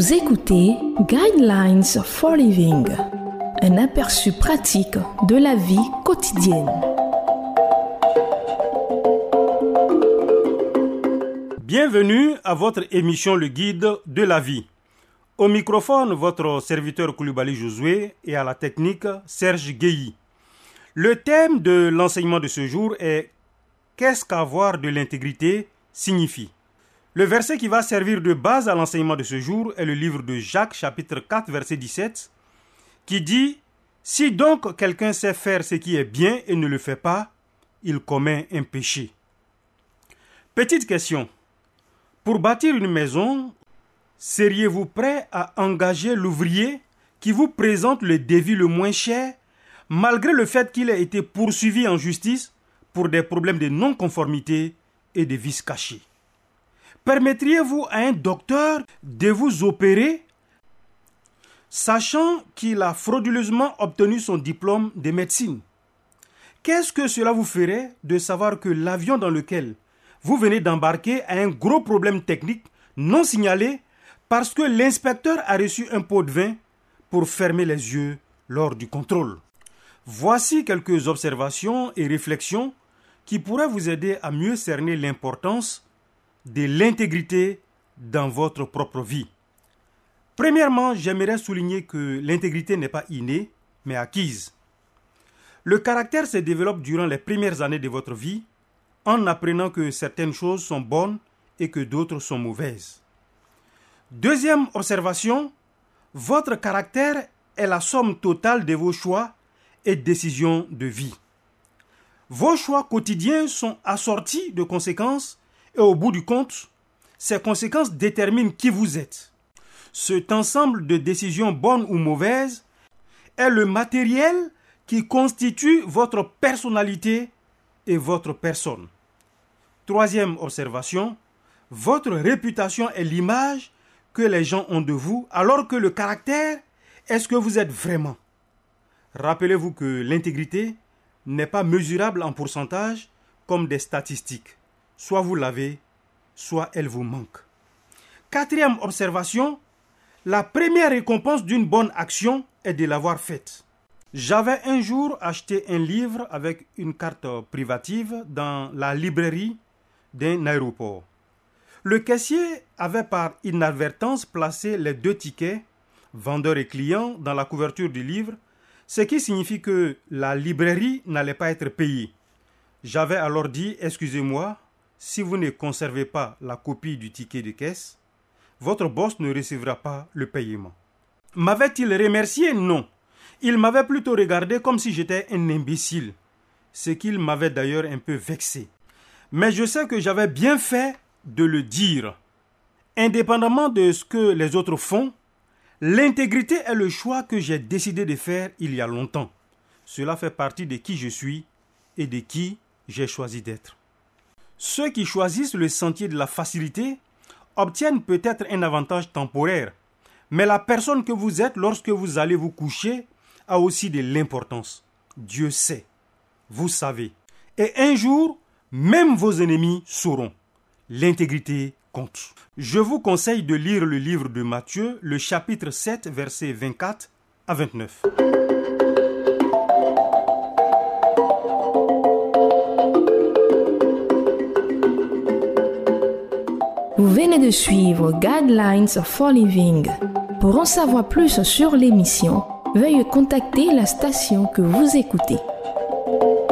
Vous écoutez Guidelines for Living, un aperçu pratique de la vie quotidienne. Bienvenue à votre émission Le Guide de la vie. Au microphone, votre serviteur Koulibaly Josué et à la technique Serge Guéhi. Le thème de l'enseignement de ce jour est « Qu'est-ce qu'avoir de l'intégrité signifie ?» Le verset qui va servir de base à l'enseignement de ce jour est le livre de Jacques, chapitre 4, verset 17, qui dit « Si donc quelqu'un sait faire ce qui est bien et ne le fait pas, il commet un péché. » Petite question. Pour bâtir une maison, seriez-vous prêt à engager l'ouvrier qui vous présente le devis le moins cher, malgré le fait qu'il ait été poursuivi en justice pour des problèmes de non-conformité et de vices cachés? Permettriez-vous à un docteur de vous opérer, sachant qu'il a frauduleusement obtenu son diplôme de médecine? Qu'est-ce que cela vous ferait de savoir que l'avion dans lequel vous venez d'embarquer a un gros problème technique non signalé parce que l'inspecteur a reçu un pot de vin pour fermer les yeux lors du contrôle? Voici quelques observations et réflexions qui pourraient vous aider à mieux cerner l'importance de l'intégrité dans votre propre vie. Premièrement, j'aimerais souligner que l'intégrité n'est pas innée, mais acquise. Le caractère se développe durant les premières années de votre vie en apprenant que certaines choses sont bonnes et que d'autres sont mauvaises. Deuxième observation, votre caractère est la somme totale de vos choix et décisions de vie. Vos choix quotidiens sont assortis de conséquences et au bout du compte, ces conséquences déterminent qui vous êtes. Cet ensemble de décisions bonnes ou mauvaises est le matériel qui constitue votre personnalité et votre personne. Troisième observation, votre réputation est l'image que les gens ont de vous, alors que le caractère est ce que vous êtes vraiment. Rappelez-vous que l'intégrité n'est pas mesurable en pourcentage comme des statistiques. Soit vous l'avez, soit elle vous manque. Quatrième observation, la première récompense d'une bonne action est de l'avoir faite. J'avais un jour acheté un livre avec une carte privative dans la librairie d'un aéroport. Le caissier avait par inadvertance placé les 2 tickets, vendeur et client, dans la couverture du livre, ce qui signifie que la librairie n'allait pas être payée. J'avais alors dit « Excusez-moi, si vous ne conservez pas la copie du ticket de caisse, votre boss ne recevra pas le paiement. » M'avait-il remercié? Non. Il m'avait plutôt regardé comme si j'étais un imbécile, ce qu'il m'avait d'ailleurs un peu vexé. Mais je sais que j'avais bien fait de le dire. Indépendamment de ce que les autres font, l'intégrité est le choix que j'ai décidé de faire il y a longtemps. Cela fait partie de qui je suis et de qui j'ai choisi d'être. Ceux qui choisissent le sentier de la facilité obtiennent peut-être un avantage temporaire, mais la personne que vous êtes lorsque vous allez vous coucher a aussi de l'importance. Dieu sait, vous savez. Et un jour, même vos ennemis sauront. L'intégrité compte. Je vous conseille de lire le livre de Matthieu, le chapitre 7, versets 24 à 29. Vous venez de suivre Guidelines for Living. Pour en savoir plus sur l'émission, veuillez contacter la station que vous écoutez.